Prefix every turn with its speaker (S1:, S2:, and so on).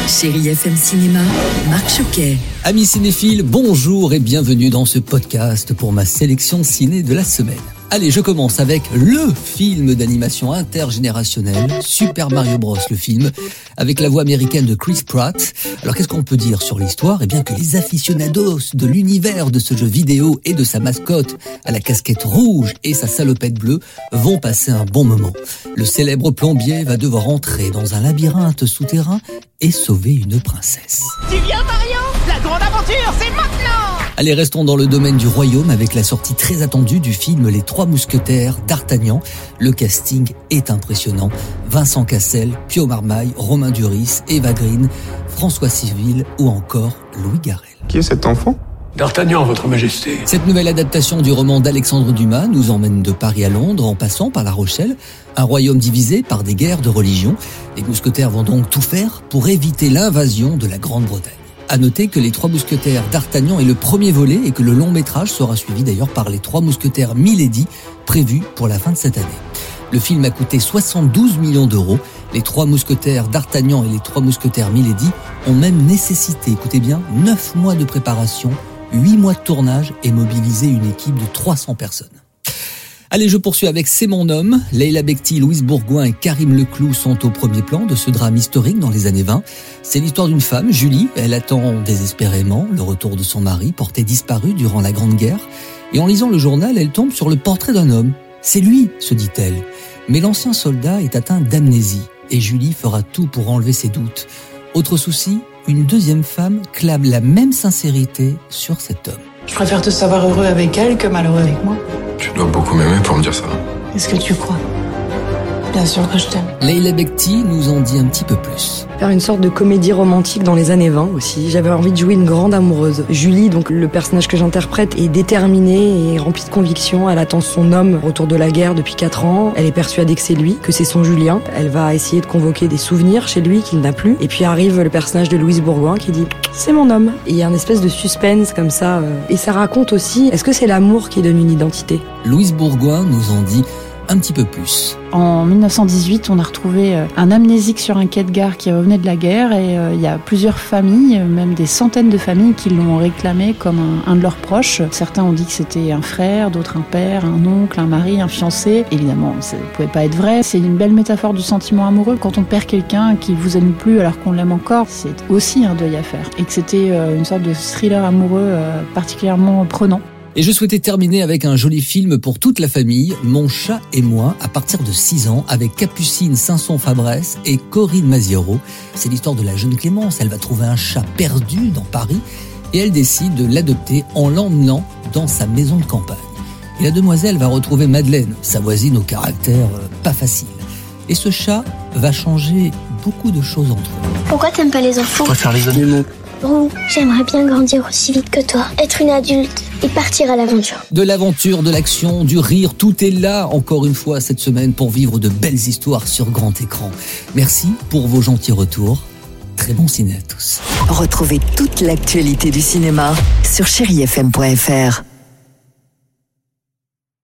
S1: Chérie FM Cinéma, Marc Choquet.
S2: Amis cinéphiles, bonjour et bienvenue dans ce podcast pour ma sélection ciné de la semaine. Allez, je commence avec le film d'animation intergénérationnel, Super Mario Bros, le film, avec la voix américaine de Chris Pratt. Alors, qu'est-ce qu'on peut dire sur l'histoire ? Eh bien, que les aficionados de l'univers de ce jeu vidéo et de sa mascotte à la casquette rouge et sa salopette bleue vont passer un bon moment. Le célèbre plombier va devoir entrer dans un labyrinthe souterrain et sauver une princesse.
S3: Tu viens, Mario ? La grande aventure, c'est maintenant !
S2: Allez, restons dans le domaine du royaume avec la sortie très attendue du film Les Trois Mousquetaires d'Artagnan. Le casting est impressionnant. Vincent Cassel, Pio Marmaille, Romain Duris, Eva Green, François Civil ou encore Louis Garrel.
S4: Qui est cet enfant ?
S5: D'Artagnan, votre majesté.
S2: Cette nouvelle adaptation du roman d'Alexandre Dumas nous emmène de Paris à Londres en passant par La Rochelle, un royaume divisé par des guerres de religion. Les mousquetaires vont donc tout faire pour éviter l'invasion de la Grande-Bretagne. À noter que Les Trois Mousquetaires d'Artagnan est le premier volet et que le long métrage sera suivi d'ailleurs par Les Trois Mousquetaires Milady, prévu pour la fin de cette année. Le film a coûté 72 millions d'euros. Les Trois Mousquetaires d'Artagnan et Les Trois Mousquetaires Milady ont même nécessité, écoutez bien, 9 mois de préparation, 8 mois de tournage et mobilisé une équipe de 300 personnes. Allez, je poursuis avec C'est mon homme. Leila Bekti, Louise Bourgoin et Karim Leclou sont au premier plan de ce drame historique dans les années 20. C'est l'histoire d'une femme, Julie. Elle attend désespérément le retour de son mari, porté disparu durant la Grande Guerre. Et en lisant le journal, elle tombe sur le portrait d'un homme. C'est lui, se dit-elle. Mais l'ancien soldat est atteint d'amnésie et Julie fera tout pour enlever ses doutes. Autre souci, une deuxième femme clame la même sincérité sur cet homme.
S6: Je préfère te savoir heureux avec elle que malheureux avec moi.
S4: Tu dois beaucoup m'aimer pour me dire ça.
S6: Est-ce que tu crois ? Bien sûr que je t'aime.
S2: Leila Bekti nous en dit un petit peu plus.
S7: Faire une sorte de comédie romantique dans les années 20 aussi. J'avais envie de jouer une grande amoureuse. Julie, donc le personnage que j'interprète, est déterminée et remplie de conviction. Elle attend son homme au retour de la guerre depuis 4 ans. Elle est persuadée que c'est lui, que c'est son Julien. Elle va essayer de convoquer des souvenirs chez lui qu'il n'a plus. Et puis arrive le personnage de Louise Bourgoin qui dit « c'est mon homme ». Et il y a une espèce de suspense comme ça. Et ça raconte aussi, est-ce que c'est l'amour qui donne une identité ?
S2: Louise Bourgoin nous en dit un petit peu plus.
S8: En 1918, on a retrouvé un amnésique sur un quai de gare qui revenait de la guerre et il y a plusieurs familles, même des centaines de familles qui l'ont réclamé comme un de leurs proches. Certains ont dit que c'était un frère, d'autres un père, un oncle, un mari, un fiancé. Évidemment, ça ne pouvait pas être vrai. C'est une belle métaphore du sentiment amoureux. Quand on perd quelqu'un qui vous aime plus alors qu'on l'aime encore, c'est aussi un deuil à faire. Et que c'était une sorte de thriller amoureux particulièrement prenant.
S2: Et je souhaitais terminer avec un joli film pour toute la famille, Mon chat et moi, à partir de 6 ans, avec Capucine Sanson-Fabresse et Corinne Maziero. C'est l'histoire de la jeune Clémence. Elle va trouver un chat perdu dans Paris et elle décide de l'adopter en l'emmenant dans sa maison de campagne. Et la demoiselle va retrouver Madeleine, sa voisine au caractère pas facile. Et ce chat va changer beaucoup de choses entre eux.
S9: Pourquoi t'aimes pas les enfants ?
S5: Je préfère les animaux.
S9: Bon, j'aimerais bien grandir aussi vite que toi, être une adulte et partir à l'aventure.
S2: De l'aventure, de l'action, du rire, tout est là encore une fois cette semaine pour vivre de belles histoires sur grand écran. Merci pour vos gentils retours. Très bon ciné à tous.
S1: Retrouvez toute l'actualité du cinéma sur chérifm.fr.